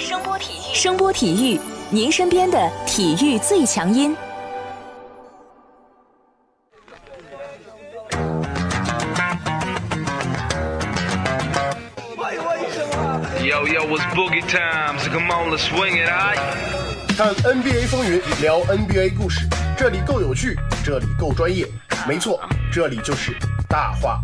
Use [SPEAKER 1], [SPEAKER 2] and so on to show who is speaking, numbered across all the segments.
[SPEAKER 1] 声波体育，您身边的体育最强音。
[SPEAKER 2] Yo, it's boogie time, so come on, let's swing it, alright?
[SPEAKER 3] 看 NBA 风云，聊 NBA 故事，这里够有趣，这里够专业，没错，这里就是大话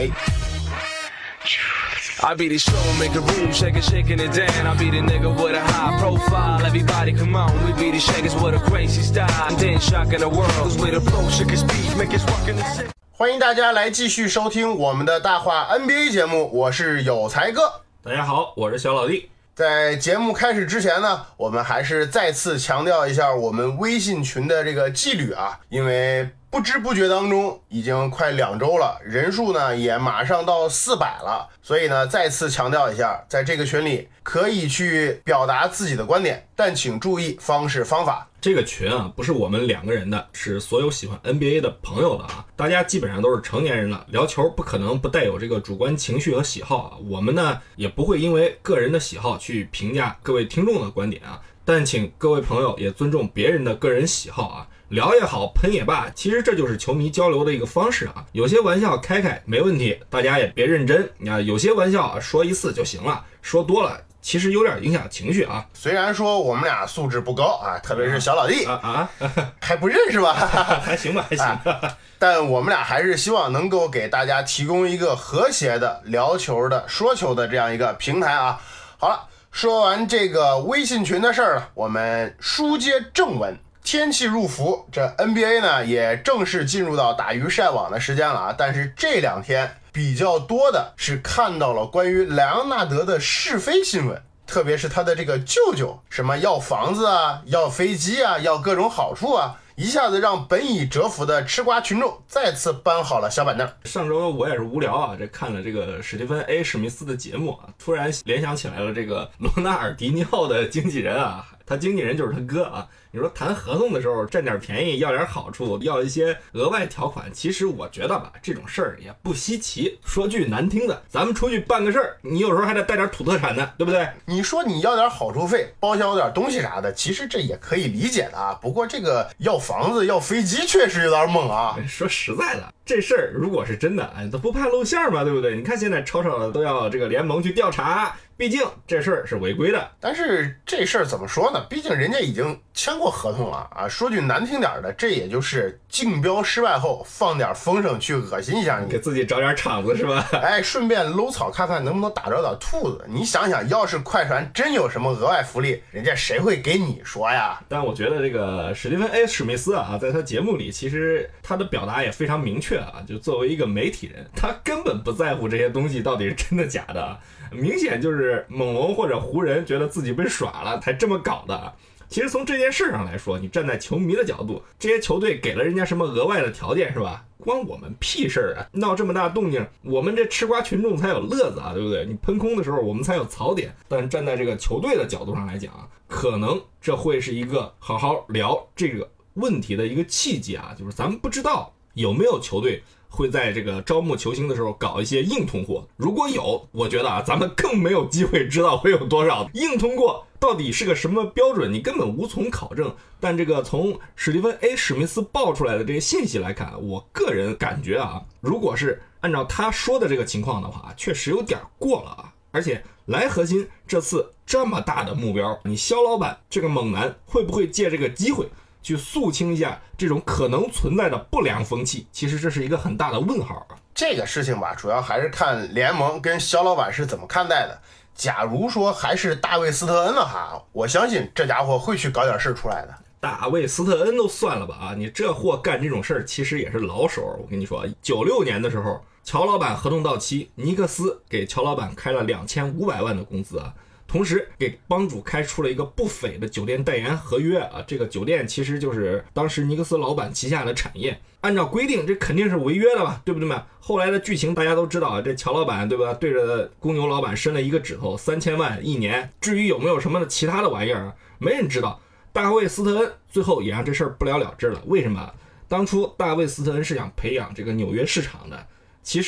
[SPEAKER 3] NBA。I
[SPEAKER 2] be the show, make a room, shaking it down. I be the nigga with a high profile. Everybody come on, we be the shakers with a crazy style. And then shocking the world, cause we the flow, shake his speed, make us rockin' the city.
[SPEAKER 3] 欢迎大家来继续收听我们的大话 NBA 节目，我是有才哥。
[SPEAKER 4] 大家好，我是小老弟。
[SPEAKER 3] 在节目开始之前呢，我们还是再次强调一下我们微信群的这个纪律啊，因为不知不觉当中已经快2周了，人数呢也马上到400了，所以呢再次强调一下，在这个群里可以去表达自己的观点，但请注意方式方法。
[SPEAKER 4] 这个群啊，不是我们2个人的，是所有喜欢 NBA 的朋友的啊。大家基本上都是成年人了，聊球不可能不带有这个主观情绪和喜好啊。我们呢也不会因为个人的喜好去评价各位听众的观点啊，但请各位朋友也尊重别人的个人喜好啊。聊也好，喷也罢，其实这就是球迷交流的一个方式啊。有些玩笑开开没问题，大家也别认真啊。有些玩笑说一次就行了，说多了其实有点影响情绪啊。
[SPEAKER 3] 虽然说我们俩素质不高啊，特别是小老弟还不认识吧？
[SPEAKER 4] 还行吧，还行吧。
[SPEAKER 3] 但我们俩还是希望能够给大家提供一个和谐的聊球的、说球的这样一个平台啊。好了，说完这个微信群的事儿了，我们书接正文。天气入伏，这 NBA 呢也正式进入到打鱼晒网的时间了啊。但是这2天比较多的是看到了关于莱昂纳德的是非新闻，特别是他的这个舅舅，什么要房子啊，要飞机啊，要各种好处啊，一下子让本已蛰伏的吃瓜群众再次搬好了小板凳。
[SPEAKER 4] 上周我也是无聊啊，这看了这个史蒂芬 A 史密斯的节目啊，突然联想起来了这个罗纳尔迪尼奥的经纪人啊，他经纪人就是他哥啊。你说谈合同的时候占点便宜，要点好处，要一些额外条款，其实我觉得吧，这种事儿也不稀奇。说句难听的，咱们出去办个事儿，你有时候还得带点土特产的，对不对？
[SPEAKER 3] 你说你要点好处费，包销点东西啥的，其实这也可以理解的啊。不过这个要房子要飞机确实有点猛啊。
[SPEAKER 4] 说实在的，这事儿如果是真的，哎，都不怕露馅嘛，对不对？你看现在吵吵的都要这个联盟去调查，毕竟这事儿是违规的。
[SPEAKER 3] 但是这事儿怎么说呢？毕竟人家已经签过合同了啊。说句难听点的，这也就是竞标失败后放点风声去恶心一下你，
[SPEAKER 4] 给自己找点场子是吧？
[SPEAKER 3] 哎，顺便搂草看看能不能打着点兔子。你想想，要是快船真有什么额外福利，人家谁会给你说呀？
[SPEAKER 4] 但我觉得这个史蒂芬 A 史密斯啊，在他节目里其实他的表达也非常明确啊，就作为一个媒体人，他根本不在乎这些东西到底是真的假的，明显就是猛龙或者湖人觉得自己被耍了才这么搞的。其实从这件事上来说，你站在球迷的角度，这些球队给了人家什么额外的条件是吧？关我们屁事儿啊！闹这么大动静，我们这吃瓜群众才有乐子啊，对不对？你喷空的时候我们才有槽点。但站在这个球队的角度上来讲啊，可能这会是一个好好聊这个问题的一个契机啊，就是咱们不知道有没有球队会在这个招募球星的时候搞一些硬通货。如果有，我觉得啊，咱们更没有机会知道会有多少硬通过到底是个什么标准，你根本无从考证。但这个从史蒂芬 A 史密斯爆出来的这些信息来看，我个人感觉啊，如果是按照他说的这个情况的话，确实有点过了啊。而且莱核心这次这么大的目标，你肖老板这个猛男会不会借这个机会去肃清一下这种可能存在的不良风气？其实这是一个很大的问号啊。
[SPEAKER 3] 这个事情吧，主要还是看联盟跟肖老板是怎么看待的。假如说还是大卫斯特恩的话，我相信这家伙会去搞点事出来的。
[SPEAKER 4] 大卫斯特恩都算了吧啊，你这货干这种事儿其实也是老手。我跟你说，96年的时候，乔老板合同到期，尼克斯给乔老板开了2500万的工资啊，同时给帮主开出了一个不菲的酒店代言合约啊。这个酒店其实就是当时尼克斯老板旗下的产业，按照规定这肯定是违约的吧，对不对嘛？后来的剧情大家都知道，这乔老板对吧，对着公牛老板伸了一个指头，3000万一年。至于有没有什么其他的玩意儿，没人知道。大卫斯特恩最后也让这事儿不了了之了。为什么？当初大卫斯特恩是想培养这个纽约市场的，其实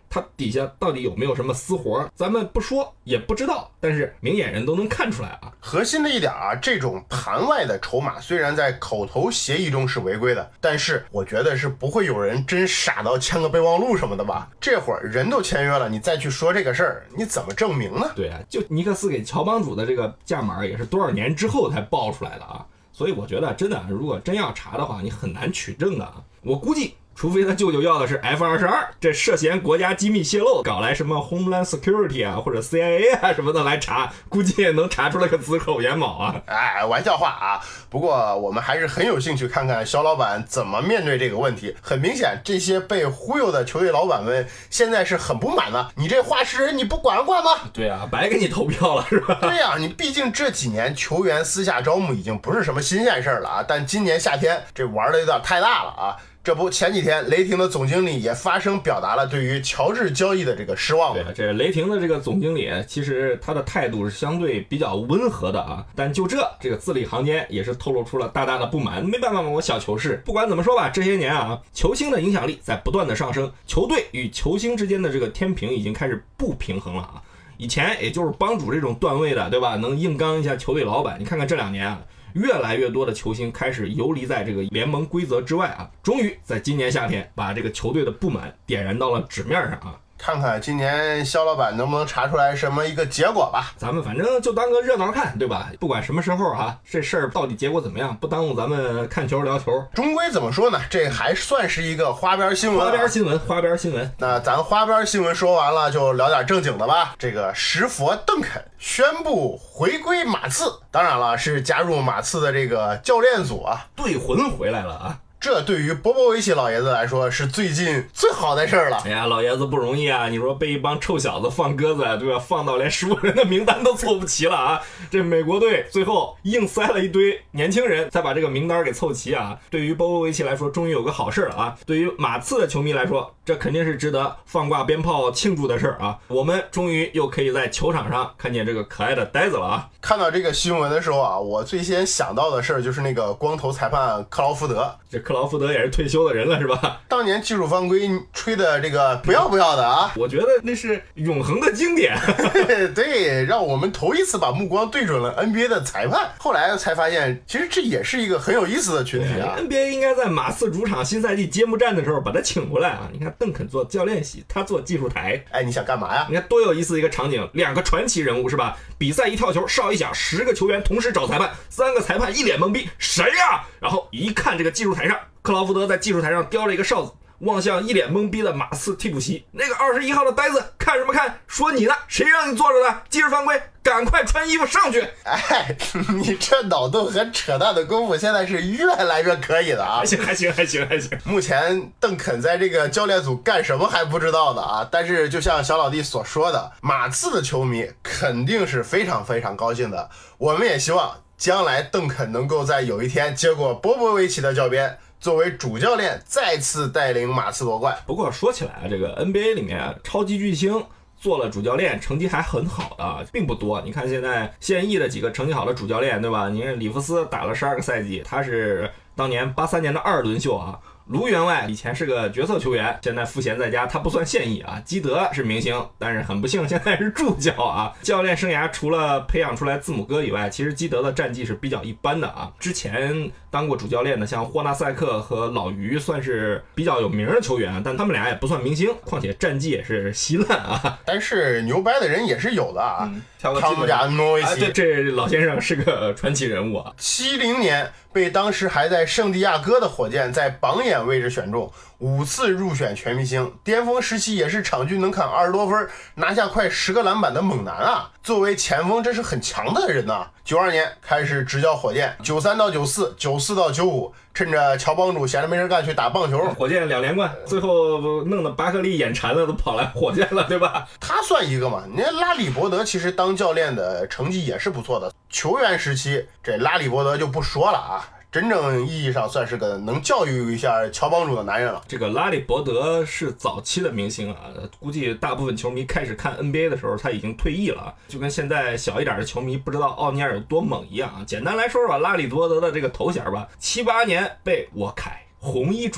[SPEAKER 4] 他底下到底有没有什么私活，咱们不说也不知道，但是明眼人都能看出来啊。
[SPEAKER 3] 核心的一点啊，这种盘外的筹码虽然在口头协议中是违规的，但是我觉得是不会有人真傻到签个备忘录什么的吧？这会儿人都签约了，你再去说这个事儿，你怎么证明呢？
[SPEAKER 4] 对啊，就尼克斯给乔帮主的这个价码也是多少年之后才爆出来的啊，所以我觉得真的，如果真要查的话，你很难取证的啊。我估计除非他舅舅要的是 F-22，这涉嫌国家机密泄露，搞来什么 Homeland Security 啊或者 CIA 啊什么的来查，估计也能查出来个子口寅卯啊。
[SPEAKER 3] 哎，玩笑话啊！不过我们还是很有兴趣看看肖老板怎么面对这个问题。很明显，这些被忽悠的球队老板们现在是很不满的。你这话事人你不管管吗？
[SPEAKER 4] 对啊，白给你投票了是吧？
[SPEAKER 3] 对呀，你毕竟这几年球员私下招募已经不是什么新鲜事儿了啊，但今年夏天这玩的有点太大了啊。这不，前几天雷霆的总经理也发声表达了对于乔治交易的这个失望。
[SPEAKER 4] 对，这雷霆的这个总经理其实他的态度是相对比较温和的啊，但就这个字里行间也是透露出了大大的不满。没办法嘛，我小球市。不管怎么说吧，这些年啊，球星的影响力在不断的上升，球队与球星之间的这个天平已经开始不平衡了啊。以前也就是帮主这种段位的，对吧？能硬刚一下球队老板。你看看这2年啊，越来越多的球星开始游离在这个联盟规则之外啊，终于在今年夏天把这个球队的不满点燃到了纸面上啊。
[SPEAKER 3] 看看今年肖老板能不能查出来什么一个结果吧。
[SPEAKER 4] 咱们反正就当个热闹看，对吧？不管什么时候啊，这事儿到底结果怎么样，不耽误咱们看球聊球。
[SPEAKER 3] 终归怎么说呢，这还算是一个花边新闻。
[SPEAKER 4] 花边新闻。
[SPEAKER 3] 那咱花边新闻说完了，就聊点正经的吧。这个石佛邓肯宣布回归马刺，当然了，是加入马刺的这个教练组啊，
[SPEAKER 4] 队魂回来了啊。
[SPEAKER 3] 这对于波波维奇老爷子来说是最近最好的事儿了。
[SPEAKER 4] 哎呀，老爷子不容易啊！你说被一帮臭小子放鸽子，对吧？放到连15人的名单都凑不齐了啊！这美国队最后硬塞了一堆年轻人，才把这个名单给凑齐啊！对于波波维奇来说，终于有个好事了啊！对于马刺的球迷来说，这肯定是值得放挂鞭炮庆祝的事儿啊！我们终于又可以在球场上看见这个可爱的呆子了啊！
[SPEAKER 3] 看到这个新闻的时候啊，我最先想到的事儿就是那个光头裁判克劳福德。
[SPEAKER 4] 这克劳福德也是退休的人了是吧？
[SPEAKER 3] 当年技术犯规吹的这个不要的啊，
[SPEAKER 4] 我觉得那是永恒的经典。
[SPEAKER 3] 对，让我们头一次把目光对准了 NBA 的裁判。后来才发现，其实这也是一个很有意思的群体啊。
[SPEAKER 4] NBA 应该在马刺主场新赛季揭幕战的时候把他请回来啊！你看邓肯做教练席，他做技术台。
[SPEAKER 3] 哎，你想干嘛呀？
[SPEAKER 4] 你看多有意思的一个场景，2个传奇人物是吧？比赛一跳球，哨一响，10个球员同时找裁判，3个裁判一脸懵逼，谁呀？然后一看这个技术台上，克劳福德在技术台上叼了一个哨子，望向一脸懵逼的马刺替补席，那个21号的呆子看什么看？说你呢？谁让你坐着的？技术犯规，赶快穿衣服上去！
[SPEAKER 3] 哎，你这脑洞和扯淡的功夫现在是越来越可以的啊！
[SPEAKER 4] 还行。
[SPEAKER 3] 目前邓肯在这个教练组干什么还不知道的啊，但是就像小老弟所说的，马刺的球迷肯定是非常非常高兴的。我们也希望将来邓肯能够在有一天接过波波维奇的教鞭，作为主教练再次带领马刺夺冠。
[SPEAKER 4] 不过说起来啊，这个 NBA 里面超级巨星做了主教练成绩还很好的并不多。你看现在现役的几个成绩好的主教练，对吧？你看里弗斯打了12个赛季，他是当年83年的2轮秀啊。卢员外以前是个角色球员，现在赋闲在家，他不算现役啊。基德是明星，但是很不幸现在是助教啊。教练生涯除了培养出来字母哥以外，其实基德的战绩是比较一般的啊。之前当过主教练的像霍纳塞克和老于算是比较有名的球员，但他们俩也不算明星，况且战绩也是稀烂啊。
[SPEAKER 3] 但是牛掰的人也是有的啊。
[SPEAKER 4] 汤姆
[SPEAKER 3] 加诺维奇，
[SPEAKER 4] 这老先生是个传奇人物啊。
[SPEAKER 3] 70年被当时还在圣地亚哥的火箭在榜眼位置选中，5次入选全明星，巅峰时期也是场均能砍20多分，拿下快10个篮板的猛男啊！作为前锋，这是很强的人呐。92年开始执教火箭，93到94、94到95，趁着乔帮主闲着没人干去打棒球，
[SPEAKER 4] 火箭2连冠，最后弄得巴克利眼馋了，都跑来火箭了，对吧？
[SPEAKER 3] 他算一个嘛？你看拉里伯德其实当教练的成绩也是不错的，球员时期这拉里伯德就不说了啊。真正意义上算是个能教育一下乔帮主的男人了。
[SPEAKER 4] 这个拉里伯德是早期的明星啊，估计大部分球迷开始看 NBA 的时候他已经退役了，就跟现在小一点的球迷不知道奥尼尔有多猛一样啊。简单来说吧，拉里伯德的这个头衔吧，78年被沃凯红衣主教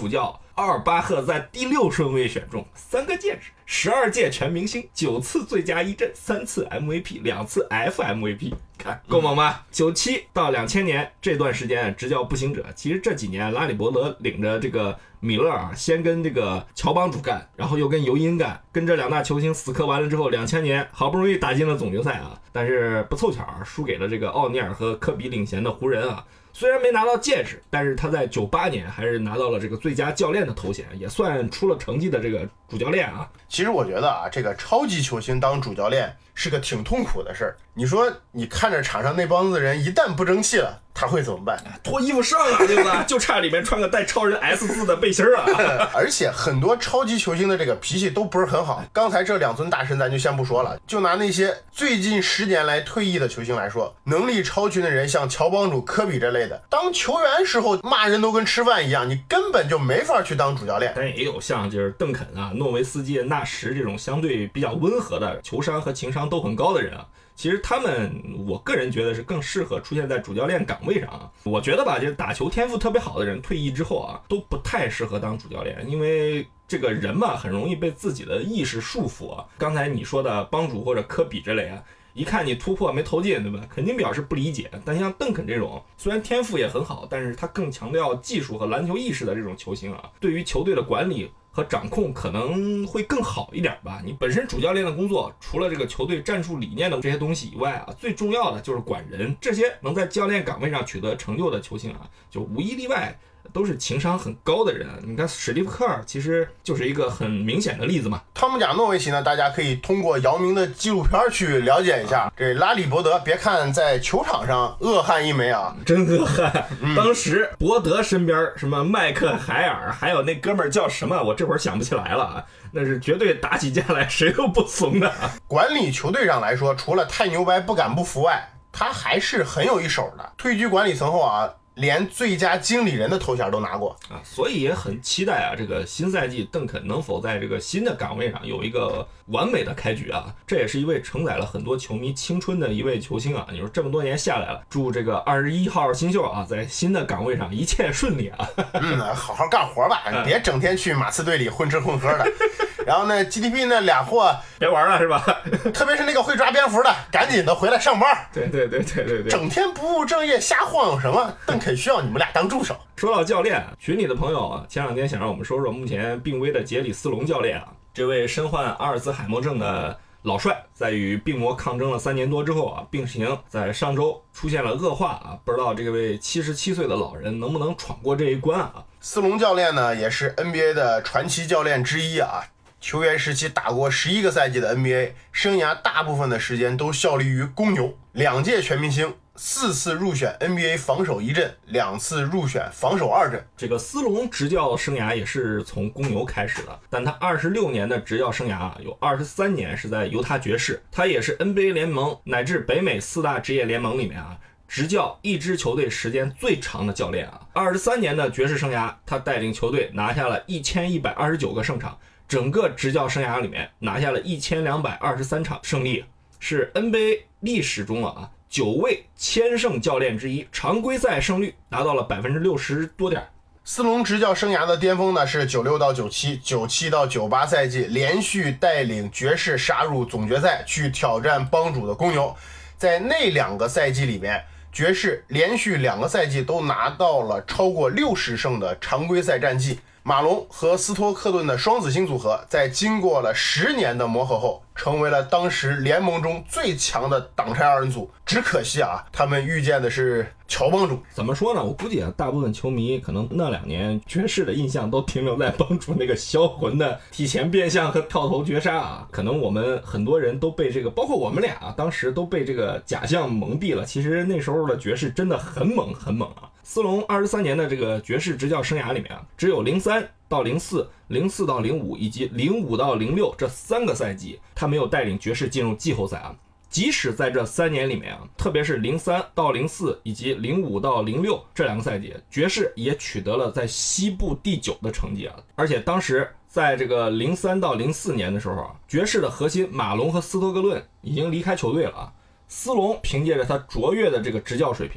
[SPEAKER 4] 奥尔巴赫在第6顺位选中，3个戒指，12届全明星，9次最佳一阵，3次 MVP，2次 FMVP， 看够猛吗？97到2000年这段时间执教步行者，其实这几年拉里伯德领着这个米勒啊，先跟这个乔帮主干，然后又跟尤因干，跟这2大球星死磕完了之后，2000年好不容易打进了总决赛啊，但是不凑巧输给了这个奥尼尔和科比领衔的湖人啊。虽然没拿到戒指，但是他在98年还是拿到了这个最佳教练的头衔，也算出了成绩的这个主教练啊。
[SPEAKER 3] 其实我觉得啊，这个超级球星当主教练是个挺痛苦的事儿。你说你看着场上那帮子人一旦不争气了，他会怎么办？
[SPEAKER 4] 脱衣服上啊，对吧？就差里面穿个带超人 S 字的背心啊。
[SPEAKER 3] 而且很多超级球星的这个脾气都不是很好。刚才这2尊大神咱就先不说了，就拿那些最近10年来退役的球星来说，能力超群的人像乔帮主、科比这类的，当球员时候骂人都跟吃饭一样，你根本就没法去当主教练。
[SPEAKER 4] 但也有像就是邓肯啊、诺维斯基、纳什这种相对比较温和的，球商和情商都很高的人啊。其实他们，我个人觉得是更适合出现在主教练岗位上啊。我觉得吧，就是打球天赋特别好的人退役之后啊，都不太适合当主教练，因为这个人嘛，很容易被自己的意识束缚啊。刚才你说的帮主或者科比这类啊，一看你突破没投进，对吧？肯定表示不理解。但像邓肯这种，虽然天赋也很好，但是他更强调技术和篮球意识的这种球星啊，对于球队的管理和掌控可能会更好一点吧。你本身主教练的工作，除了这个球队战术理念的这些东西以外啊，最重要的就是管人。这些能在教练岗位上取得成就的球星啊，就无一例外都是情商很高的人。你看史蒂夫科尔其实就是一个很明显的例子嘛。
[SPEAKER 3] 汤姆贾诺维奇呢，大家可以通过姚明的纪录片去了解一下。这拉里伯德，别看在球场上恶汉一枚啊，
[SPEAKER 4] 真恶汉。当时伯德身边什么麦克海尔，还有那哥们儿叫什么，我这会儿想不起来了啊。那是绝对打起架来谁都不怂的。
[SPEAKER 3] 管理球队上来说，除了太牛掰不敢不服外，他还是很有一手的。退居管理层后啊，连最佳经理人的头衔都拿过
[SPEAKER 4] 啊，所以也很期待啊，这个新赛季邓肯能否在这个新的岗位上有一个完美的开局啊。这也是一位承载了很多球迷青春的一位球星啊。你说这么多年下来了，祝这个21号新秀啊，在新的岗位上一切顺利啊。
[SPEAKER 3] 好好干活吧，别整天去马刺队里混吃混喝的。然后呢 GDP 那俩货
[SPEAKER 4] 别玩了是吧？
[SPEAKER 3] 特别是那个会抓蝙蝠的，赶紧的回来上班。
[SPEAKER 4] 对，
[SPEAKER 3] 整天不务正业瞎晃悠什么？邓肯需要你们俩当助手。
[SPEAKER 4] 说到教练，群里的朋友啊，前2天想让我们说说目前病危的杰里斯隆教练啊。这位身患阿尔兹海默症的老帅，在与病魔抗争了3年多之后啊，病情在上周出现了恶化啊，不知道这位77岁的老人能不能闯过这一关啊？
[SPEAKER 3] 斯隆教练呢，也是 NBA 的传奇教练之一啊。球员时期打过11个赛季的 NBA， 生涯大部分的时间都效力于公牛，2届全明星，4次入选 NBA 防守1阵，2次入选防守2阵。
[SPEAKER 4] 这个斯隆执教生涯也是从公牛开始的，但他26年的执教生涯啊，有23年是在犹他爵士。他也是 NBA 联盟乃至北美4大职业联盟里面啊，执教一支球队时间最长的教练啊。23年的爵士生涯，他带领球队拿下了1129个胜场，整个执教生涯里面拿下了1223场胜利，是 NBA 历史中啊9位千胜教练之一，常规赛胜率达到了60%多点。
[SPEAKER 3] 斯隆执教生涯的巅峰呢是96到97、97到98赛季，连续带领爵士杀入总决赛，去挑战帮主的公牛。在那2个赛季里面，爵士连续2个赛季都拿到了超过60胜的常规赛战绩。马龙和斯托克顿的双子星组合，在经过了10年的磨合后，成为了当时联盟中最强的挡拆2人组。只可惜啊，他们遇见的是乔帮主。
[SPEAKER 4] 怎么说呢？我估计啊，大部分球迷可能那2年爵士的印象都停留在帮主那个销魂的体前变向和跳投绝杀啊。可能我们很多人都被这个，包括我们俩啊，当时都被这个假象蒙蔽了。其实那时候的爵士真的很猛啊。斯隆23年的这个爵士执教生涯里面啊，只有03到04、04到05以及05到06这3个赛季，他没有带领爵士进入季后赛啊。即使在这3年里面啊，特别是03到04以及05到06这2个赛季，爵士也取得了在西部第9的成绩啊。而且当时在这个03到04年的时候啊，爵士的核心马龙和斯托克顿已经离开球队了啊。斯隆凭借着他卓越的这个执教水平啊，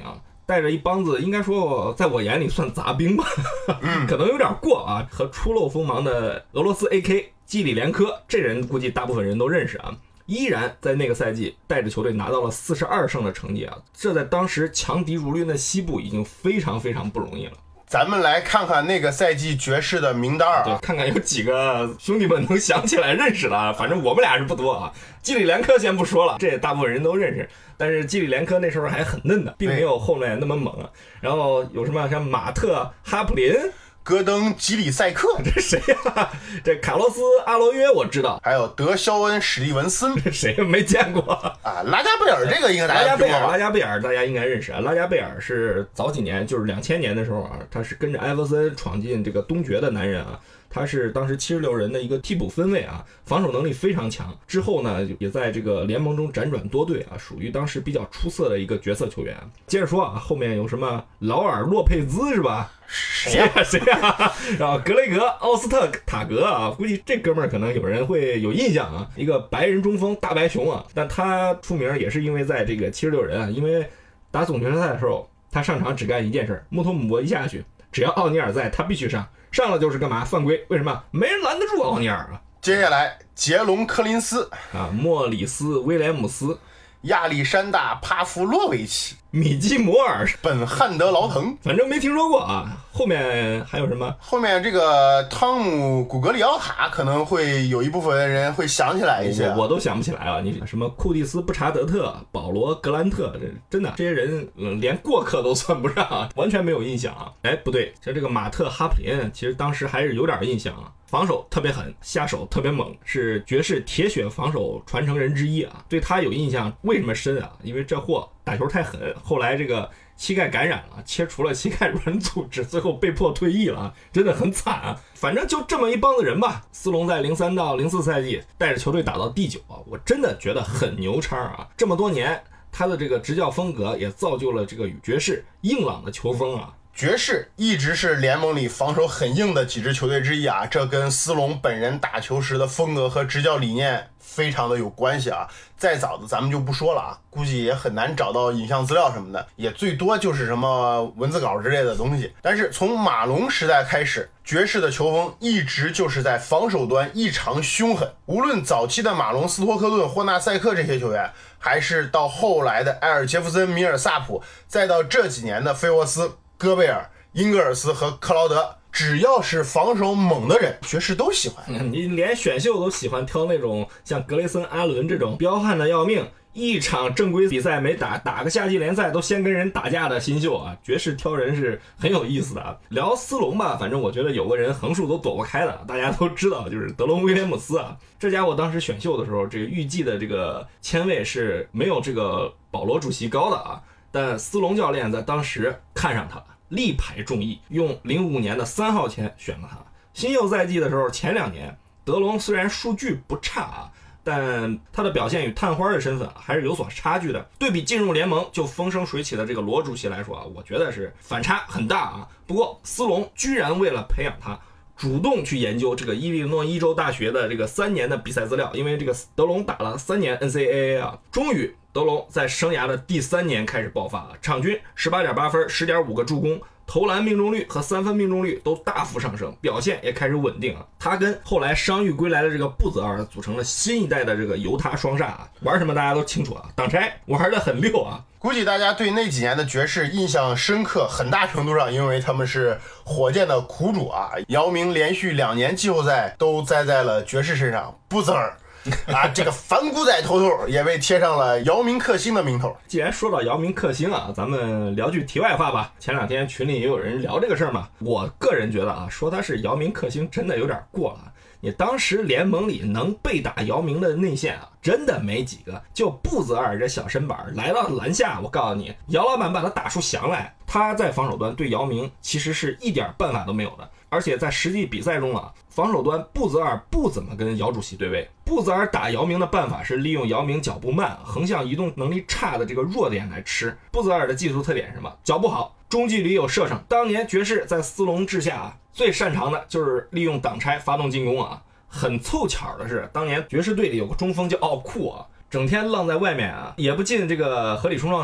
[SPEAKER 4] 带着一帮子，应该说在我眼里算杂兵吧，可能有点过啊，和初露锋芒的俄罗斯 AK 基里连科，这人估计大部分人都认识啊。依然在那个赛季带着球队拿到了42胜的成绩啊，这在当时强敌如律的西部已经非常非常不容易了。
[SPEAKER 3] 咱们来看看那个赛季爵士的名单啊，
[SPEAKER 4] 对，看看有几个兄弟们能想起来认识的啊，反正我们俩是不多啊。基里连科先不说了，这大部分人都认识，但是基里连科那时候还很嫩的，并没有后面那么猛啊。然后有什么像马特哈普林、
[SPEAKER 3] 戈登吉里塞克，
[SPEAKER 4] 这谁呀？这卡洛斯阿罗约我知道，
[SPEAKER 3] 还有德肖恩史蒂文森，
[SPEAKER 4] 这谁没见过
[SPEAKER 3] 啊？拉加贝尔这个应该大家听过吧？
[SPEAKER 4] 拉加贝尔大家应该认识啊。拉加贝尔是早几年，就是2000年的时候啊，他是跟着艾弗森闯进这个东决的男人啊。他是当时76人的一个替补分位啊，防守能力非常强。之后呢，也在这个联盟中辗转多队啊，属于当时比较出色的一个角色球员。接着说啊，后面有什么劳尔洛佩兹是吧？谁呀？然后格雷格奥斯特塔格啊，估计这哥们儿可能有人会有印象啊，一个白人中锋大白熊啊。但他出名也是因为在这个76人啊，因为打总决赛的时候，他上场只干一件事，穆托姆博一下去，只要奥尼尔在，他必须上了就是干嘛？犯规？为什么？没人拦得住奥尼尔啊！
[SPEAKER 3] 接下来，杰隆科林斯
[SPEAKER 4] 啊，莫里斯威廉姆斯、
[SPEAKER 3] 亚历山大帕夫洛维奇、
[SPEAKER 4] 米基摩尔、
[SPEAKER 3] 本汉德劳腾，
[SPEAKER 4] 反正没听说过啊。后面还有什么？
[SPEAKER 3] 后面这个汤姆古格里奥塔可能会有一部分人会想起来一些，
[SPEAKER 4] 我都想不起来啊。你什么库蒂斯布查德特、保罗格兰特，这真的这些人连过客都算不上，完全没有印象啊。哎，不对，像这个马特哈普林，其实当时还是有点印象啊。防守特别狠，下手特别猛，是爵士铁血防守传承人之一啊。对他有印象，为什么深啊？因为这货打球太狠，后来这个膝盖感染了，切除了膝盖软组织，最后被迫退役了，真的很惨啊。反正就这么一帮子人吧。斯隆在03到04赛季带着球队打到第9啊，我真的觉得很牛叉啊。这么多年，他的这个执教风格也造就了这个爵士硬朗的球风啊。
[SPEAKER 3] 爵士一直是联盟里防守很硬的几支球队之一啊，这跟斯隆本人打球时的风格和执教理念非常的有关系啊。再早的咱们就不说了啊，估计也很难找到影像资料什么的，也最多就是什么文字稿之类的东西。但是从马龙时代开始，爵士的球风一直就是在防守端异常凶狠，无论早期的马龙、斯托克顿、霍纳塞克这些球员，还是到后来的埃尔杰弗森、米尔萨普，再到这几年的菲沃斯、戈贝尔、英格尔斯和克劳德，只要是防守猛的人，爵士都喜欢。
[SPEAKER 4] 你连选秀都喜欢挑那种像格雷森、阿伦这种彪悍的要命，一场正规比赛没打个夏季联赛都先跟人打架的新秀啊。爵士挑人是很有意思的啊。聊斯隆吧，反正我觉得有个人横竖都躲不开的，大家都知道，就是德隆威廉姆斯啊。这家伙当时选秀的时候，这个预计的这个签位是没有这个保罗主席高的啊。但斯隆教练在当时看上他，力排众议，用05年的3号签选了他。新秀赛季的时候，前2年德隆虽然数据不差啊，但他的表现与探花的身份还是有所差距的。对比进入联盟就风生水起的这个罗主席来说啊，我觉得是反差很大啊。不过斯隆居然为了培养他，主动去研究这个伊利诺伊州大学的这个3年的比赛资料，因为这个德隆打了3年 NCAA 啊，终于德隆在生涯的第3年开始爆发，场均18.8分、10.5个助攻，投篮命中率和3分命中率都大幅上升，表现也开始稳定啊。他跟后来伤愈归来的这个布泽尔组成了新一代的这个犹他双煞啊，玩什么大家都清楚啊，挡拆玩得很溜啊。
[SPEAKER 3] 估计大家对那几年的爵士印象深刻，很大程度上因为他们是火箭的苦主啊。姚明连续2年季后赛都栽在了爵士身上，布泽尔啊，这个反骨仔头头也被贴上了姚明克星的名头。
[SPEAKER 4] 既然说到姚明克星啊，咱们聊句题外话吧。前2天群里也有人聊这个事儿嘛，我个人觉得啊，说他是姚明克星真的有点过了。你当时联盟里能被打姚明的内线啊，真的没几个。就布泽尔这小身板来到篮下，我告诉你，姚老板把他打出翔来。他在防守端对姚明其实是一点办法都没有的。而且在实际比赛中啊，防守端布泽尔不怎么跟姚主席对位。布泽尔打姚明的办法是利用姚明脚步慢、横向移动能力差的这个弱点来吃。布泽尔的技术特点是什么？脚步好，中距离有射程。当年爵士在斯隆治下啊，最擅长的就是利用挡拆发动进攻啊。很凑巧的是，当年爵士队里有个中锋叫奥库啊，整天浪在外面啊，也不进这个合理冲撞区，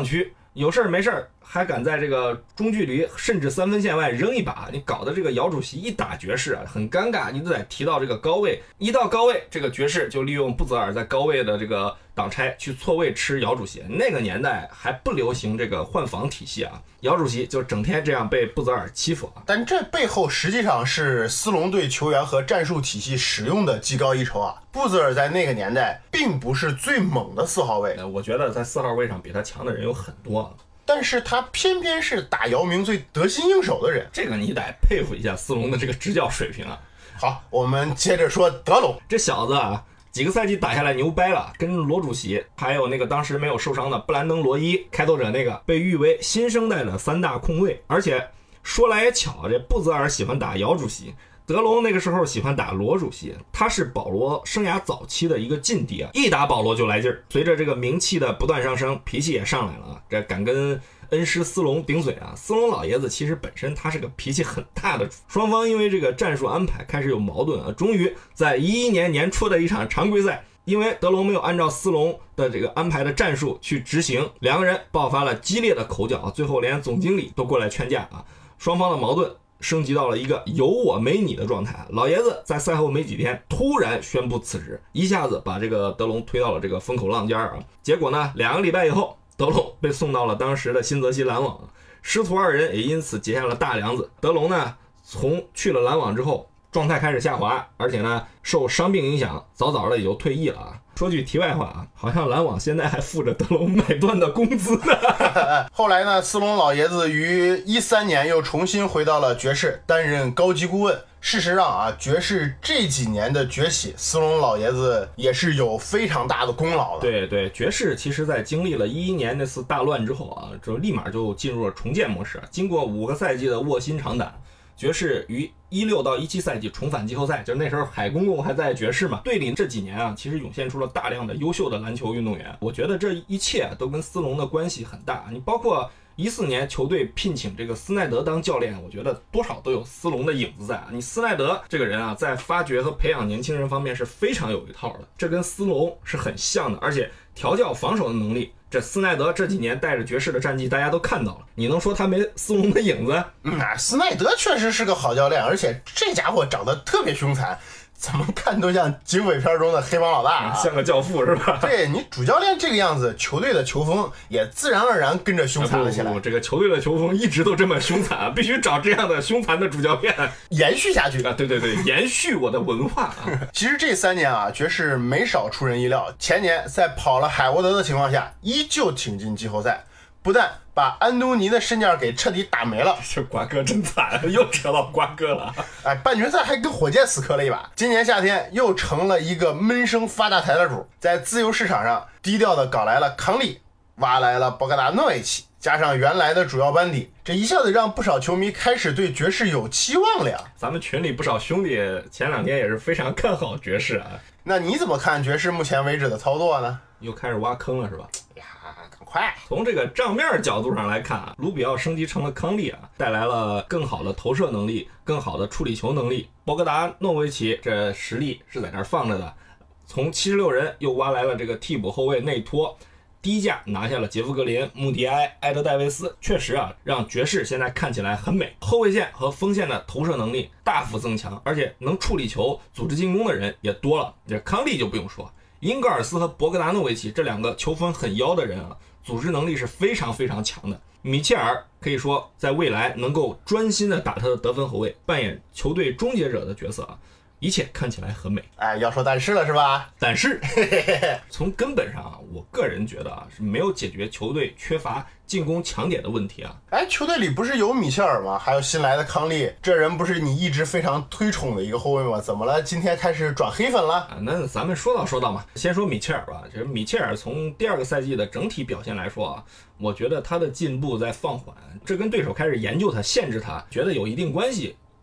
[SPEAKER 4] 有事儿没事儿还敢在这个中距离甚至3分线外扔一把，你搞得这个姚主席一打爵士啊很尴尬，你都得提到这个高位，一到高位，这个爵士就利用布泽尔在高位的这个挡拆去错位吃姚主席。那个年代还不流行这个换防体系啊，姚主席就整天这样被布泽尔欺负啊。
[SPEAKER 3] 但这背后实际上是斯隆对球员和战术体系使用的技高一筹啊。布泽尔在那个年代并不是最猛的4号位，
[SPEAKER 4] 我觉得在4号位上比他强的人有很多啊。
[SPEAKER 3] 但是他偏偏是打姚明最得心应手的人，
[SPEAKER 4] 这个你得佩服一下斯隆的这个执教水平啊。
[SPEAKER 3] 好，我们接着说德隆，
[SPEAKER 4] 这小子啊，几个赛季打下来牛掰了，跟罗主席还有那个当时没有受伤的布兰登·罗伊，开拓者那个被誉为新生代的3大控卫。而且说来也巧，这布泽尔喜欢打姚主席，德隆那个时候喜欢打罗主席，他是保罗生涯早期的一个劲敌啊，一打保罗就来劲儿。随着这个名气的不断上升，脾气也上来了啊，这敢跟恩师斯隆顶嘴啊。斯隆老爷子其实本身他是个脾气很大的主，双方因为这个战术安排开始有矛盾啊。终于在11年年初的一场常规赛，因为德隆没有按照斯隆的这个安排的战术去执行，两个人爆发了激烈的口角，最后连总经理都过来劝架啊。双方的矛盾升级到了一个有我没你的状态。老爷子在赛后没几天突然宣布辞职，一下子把这个德隆推到了这个风口浪尖啊。结果呢，2个礼拜以后，德隆被送到了当时的新泽西篮网，师徒二人也因此结下了大梁子。德隆呢，从去了篮网之后，状态开始下滑，而且呢，受伤病影响，早早的也就退役了啊。说句题外话啊，好像篮网现在还付着德隆买断的工资呢。
[SPEAKER 3] 后来呢，斯隆老爷子于13年又重新回到了爵士，担任高级顾问。事实上啊，爵士这几年的崛起，斯隆老爷子也是有非常大的功劳的。
[SPEAKER 4] 对对，爵士其实在经历了11年那次大乱之后啊，就立马就进入了重建模式。经过5个赛季的卧薪尝胆，爵士于16到17赛季重返季后赛，就是那时候海公公还在爵士嘛。队里这几年啊，其实涌现出了大量的优秀的篮球运动员。我觉得这一切都跟斯隆的关系很大。你包括14年球队聘请这个斯奈德当教练，我觉得多少都有斯隆的影子在啊。你斯奈德这个人啊，在发掘和培养年轻人方面是非常有一套的，这跟斯隆是很像的。而且调教防守的能力，这斯奈德这几年带着爵士的战绩大家都看到了，你能说他没斯隆的影子？
[SPEAKER 3] 斯奈德确实是个好教练，而且这家伙长得特别凶残，怎么看都像警匪片中的黑帮老大啊，
[SPEAKER 4] 像个教父是吧？
[SPEAKER 3] 对，你主教练这个样子，球队的球风也自然而然跟着凶残了起来。
[SPEAKER 4] 这个球队的球风一直都这么凶残，必须找这样的凶残的主教练
[SPEAKER 3] 延续下去
[SPEAKER 4] 啊！对对对，延续我的文化啊！
[SPEAKER 3] 其实这3年啊，爵士没少出人意料。前年在跑了海沃德的情况下，依旧挺进季后赛，不但把安东尼的身价给彻底打没了，
[SPEAKER 4] 这瓜哥真惨，又扯到瓜哥了。
[SPEAKER 3] 哎，半决赛还跟火箭死磕了一把。今年夏天又成了一个闷声发大财的主，在自由市场上低调的搞来了康利，挖来了博格达诺维奇，加上原来的主要班底，这一下子让不少球迷开始对爵士有期望了呀。
[SPEAKER 4] 咱们群里不少兄弟前2天也是非常看好爵士啊。
[SPEAKER 3] 那你怎么看爵士目前为止的操作呢？
[SPEAKER 4] 又开始挖坑了是吧？
[SPEAKER 3] 呀，赶快！
[SPEAKER 4] 从这个账面角度上来看啊，卢比奥升级成了康利啊，带来了更好的投射能力，更好的处理球能力。博格达诺维奇这实力是在那儿放着的。从76人又挖来了这个替补后卫内托，低价拿下了杰夫格林、穆迪埃、埃德戴维斯，确实啊，让爵士现在看起来很美。后卫线和锋线的投射能力大幅增强，而且能处理球、组织进攻的人也多了。这康利就不用说，英格尔斯和博格达诺维奇这2个球风很妖的人啊，组织能力是非常非常强的。米切尔可以说在未来能够专心的打他的得分后卫，扮演球队终结者的角色啊。一切看起来很美，
[SPEAKER 3] 哎，要说但是了是吧？
[SPEAKER 4] 但是从根本上啊，我个人觉得啊，是没有解决球队缺乏进攻强点的问题啊。
[SPEAKER 3] 哎，球队里不是有米切尔吗？还有新来的康利，这人不是你一直非常推崇的一个后卫吗？怎么了？今天开始转黑粉了？
[SPEAKER 4] 啊，那咱们说到嘛，先说米切尔吧。就是米切尔从第2个赛季的整体表现来说啊，我觉得他的进步在放缓，这跟对手开始研究他、限制他，觉得有一定关系。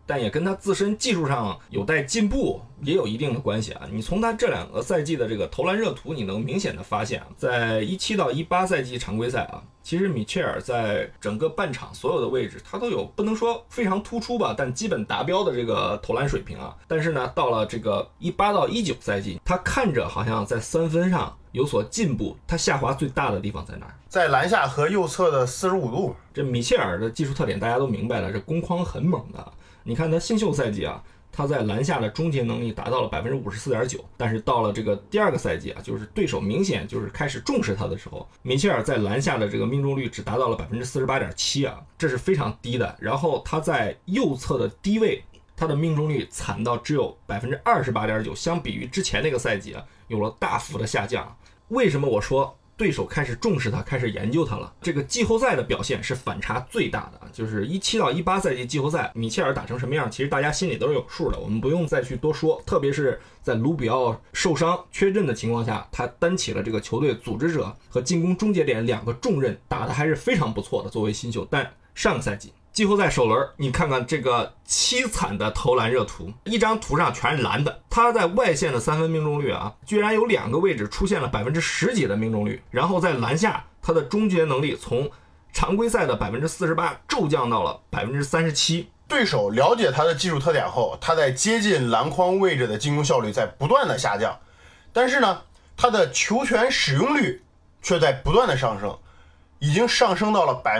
[SPEAKER 4] 但也跟他自身技术上有待进步也有一定的关系啊。你从他这2个赛季的这个投篮热图，你能明显的发现，在17到18赛季常规赛啊，其实米切尔在整个半场所有的位置，他都有不能说非常突出吧，但基本达标的这个投篮水平啊。但是呢，到了这个18到19赛季，他看着好像在3分上有所进步，他下滑最大的地方在哪儿？
[SPEAKER 3] 在篮下和右侧的45度。
[SPEAKER 4] 这米切尔的技术特点大家都明白了，这攻框很猛的。你看他新秀赛季啊，他在篮下的终结能力达到了 54.9%， 但是到了这个第2个赛季啊，就是对手明显就是开始重视他的时候，米切尔在篮下的这个命中率只达到了 48.7% 啊，这是非常低的。然后他在右侧的低位，他的命中率惨到只有 28.9%， 相比于之前那个赛季啊，有了大幅的下降。为什么我说对手开始重视他，开始研究他了？这个季后赛的表现是反差最大的，就是17到18赛季季后赛，米切尔打成什么样，其实大家心里都是有数的，我们不用再去多说。特别是在卢比奥受伤缺阵的情况下，他担起了这个球队组织者和进攻终结点2个重任，打得还是非常不错的。作为新秀，但上个赛季季后赛首轮，你看看这个凄惨的投篮热图，一张图上全是蓝的。他在外线的3分命中率啊，居然有2个位置出现了10%几的命中率，然后在篮下，他的终结能力从常规赛的48%骤降到了37%。
[SPEAKER 3] 对手了解他的技术特点后，他在接近篮筐位置的进攻效率在不断的下降，但是呢，他的球权使用率却在不断的上升。已经上升到了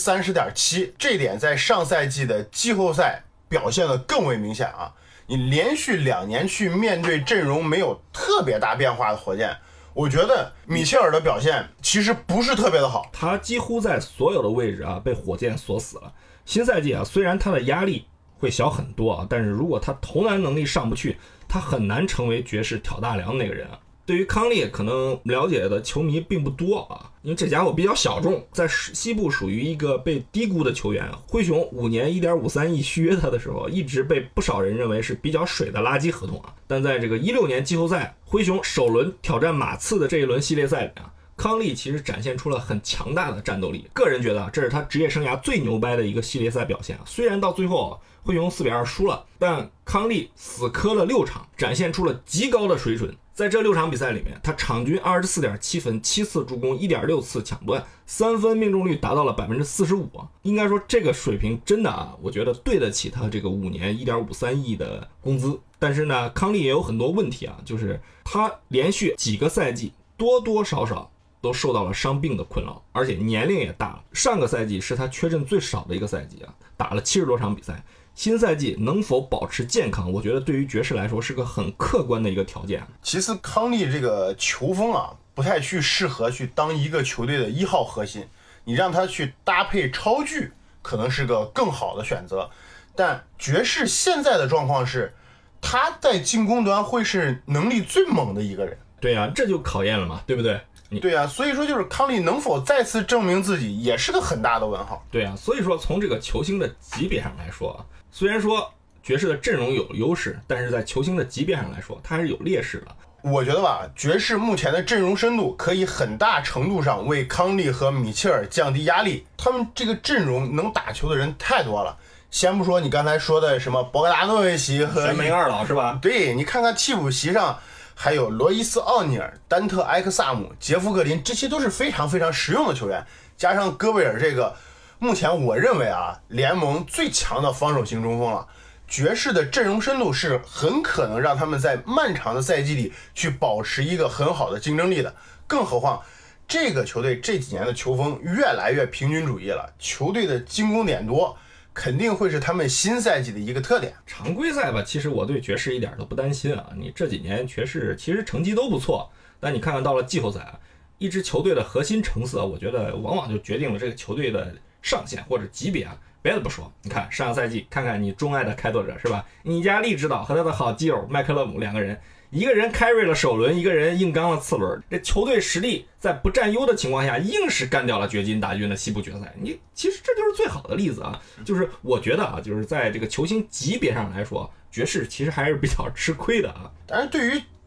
[SPEAKER 3] 30.7%， 这点在上赛季的季后赛表现得更为明显啊！你连续2年去面对阵容没有特别大变化的火箭，我觉得米切尔的表现其实不是特别的好，
[SPEAKER 4] 他几乎在所有的位置啊被火箭锁死了。新赛季啊，虽然他的压力会小很多啊，但是如果他投篮能力上不去，他很难成为爵士挑大梁那个人啊。对于康利可能了解的球迷并不多啊，因为这家伙比较小众，在西部属于一个被低估的球员。灰熊5年1.53亿续约他的时候，一直被不少人认为是比较水的垃圾合同啊。但在这个16年季后赛，灰熊首轮挑战马刺的这一轮系列赛里啊，康利其实展现出了很强大的战斗力。个人觉得这是他职业生涯最牛掰的一个系列赛表现啊。虽然到最后灰熊4-2输了，但康利死磕了6场，展现出了极高的水准。在这6场比赛里面，他场均 24.7 分，7次助攻， 1.6 次抢断，3分命中率达到了 45%。应该说这个水平真的啊，我觉得对得起他这个5年 1.53 亿的工资。但是呢，康利也有很多问题啊，就是他连续几个赛季多多少少都受到了伤病的困扰，而且年龄也大了。上个赛季是他缺阵最少的一个赛季啊，打了70多场比赛。新赛季能否保持健康，我觉得对于爵士来说是个很客观的一个条件。
[SPEAKER 3] 其次，康利这个球风啊，不太适合去当一个球队的1号核心，你让他去搭配超巨，可能是个更好的选择。但爵士现在的状况是，他在进攻端会是能力最猛的一个人。
[SPEAKER 4] 对啊，这就考验了嘛，对不对？
[SPEAKER 3] 对啊，所以说就是康利能否再次证明自己，也是个很大的问号。
[SPEAKER 4] 对啊，所以说从这个球星的级别上来说啊，虽然说爵士的阵容有优势，但是在球星的级别上来说，他还是有劣势的。
[SPEAKER 3] 我觉得吧，爵士目前的阵容深度可以很大程度上为康利和米切尔降低压力。他们这个阵容能打球的人太多了，先不说你刚才说的什么博格达诺维奇和
[SPEAKER 4] 全梅二老是吧？
[SPEAKER 3] 对，你看看替补席上还有罗伊斯·奥尼尔、丹特·埃克萨姆、杰夫·格林，这些都是非常非常实用的球员。加上戈贝尔这个，目前我认为啊，联盟最强的防守型中锋了。爵士的阵容深度是很可能让他们在漫长的赛季里去保持一个很好的竞争力的。更何况，这个球队这几年的球风越来越平均主义了，球队的进攻点多，肯定会是他们新赛季的一个特点。
[SPEAKER 4] 常规赛吧，其实我对爵士一点都不担心啊。你这几年爵士其实成绩都不错，但你看看到了季后赛啊，一支球队的核心成色，我觉得往往就决定了这个球队的上限或者级别啊。别的不说，你看上个赛季，看看你钟爱的开拓者是吧？尼加利指导和他的好基友麦克勒姆2个人，一个人carry了首轮，一个人硬刚了次轮。这球队实力在不占优的情况下，硬是干掉了掘金大军的西部决赛。你其实这就是最好的例子啊！就是我觉得啊，就是在这个球星级别上来说，爵士其实还是比较吃亏的啊。
[SPEAKER 3] 但是对于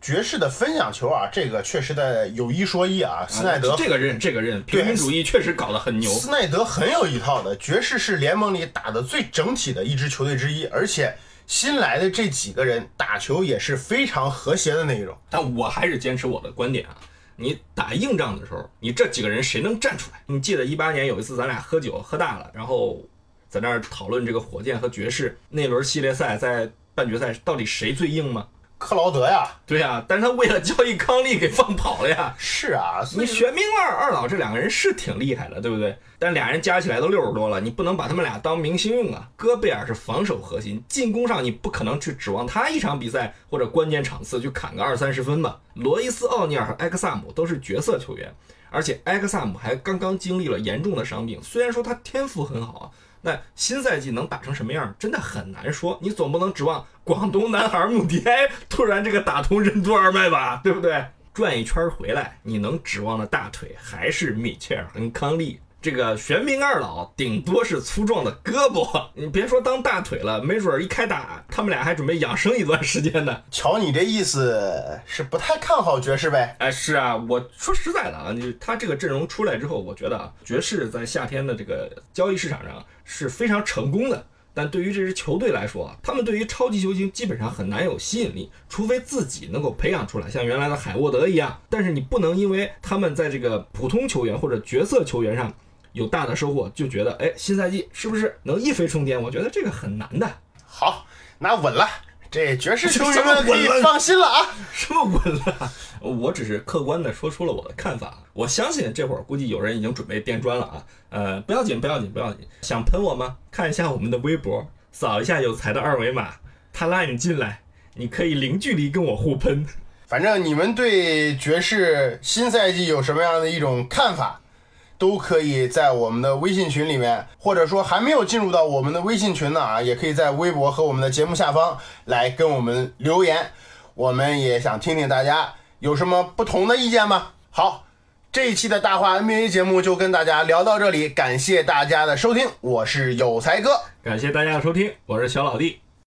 [SPEAKER 3] 爵士的分享球啊，这个确实的有一说一啊，斯奈德
[SPEAKER 4] 这个认，平均主义确实搞得很牛。
[SPEAKER 3] 斯奈德很有一套的，爵士是联盟里打的最整体的一支球队之一，而且新来的这几个人打球也是非常和谐的那一种。
[SPEAKER 4] 但我还是坚持我的观点啊，你打硬仗的时候，你这几个人谁能站出来？你记得18年有一次咱俩喝酒喝大了，然后在那儿讨论这个火箭和爵士那轮系列赛在半决赛到底谁最硬吗？
[SPEAKER 3] 克劳德呀，
[SPEAKER 4] 对呀，但是他为了交易康利给放跑了呀。
[SPEAKER 3] 是啊，
[SPEAKER 4] 你玄冥二老这两个人是挺厉害的，对不对？但俩人加起来都60多了，你不能把他们俩当明星用啊。戈贝尔是防守核心，进攻上你不可能去指望他一场比赛或者关键场次去砍个20-30分吧。罗伊斯、奥尼尔和埃克萨姆都是角色球员，而且埃克萨姆还刚刚经历了严重的伤病，虽然说他天赋很好啊，那新赛季能打成什么样真的很难说，你总不能指望广东男孩穆迪埃突然这个打通任督二脉吧，对不对？转一圈回来，你能指望的大腿还是米切尔和康利，这个玄冥二老顶多是粗壮的胳膊，你别说当大腿了，没准一开打他们俩还准备养生一段时间呢。
[SPEAKER 3] 瞧你这意思是不太看好爵士呗？
[SPEAKER 4] 哎，是啊，我说实在的啊，他这个阵容出来之后，我觉得啊，爵士在夏天的这个交易市场上是非常成功的。但对于这支球队来说啊，他们对于超级球星基本上很难有吸引力，除非自己能够培养出来，像原来的海沃德一样。但是你不能因为他们在这个普通球员或者角色球员上有大的收获，就觉得哎，新赛季是不是能一飞冲天？我觉得这个很难的。
[SPEAKER 3] 好，那稳了，这爵士球迷们可以放心了啊。
[SPEAKER 4] 什么稳了？我只是客观的说出了我的看法。我相信这会儿估计有人已经准备垫砖了啊。不要紧，想喷我吗？看一下我们的微博，扫一下有才的二维码，他拉你进来，你可以零距离跟我互喷。
[SPEAKER 3] 反正你们对爵士新赛季有什么样的一种看法，都可以在我们的微信群里面，或者说还没有进入到我们的微信群呢啊，也可以在微博和我们的节目下方来跟我们留言。我们也想听听大家有什么不同的意见吗？好，这一期的大话 NBA 节目就跟大家聊到这里，感谢大家的收听，我是有才哥，
[SPEAKER 4] 感谢大家的收听，我是小老弟。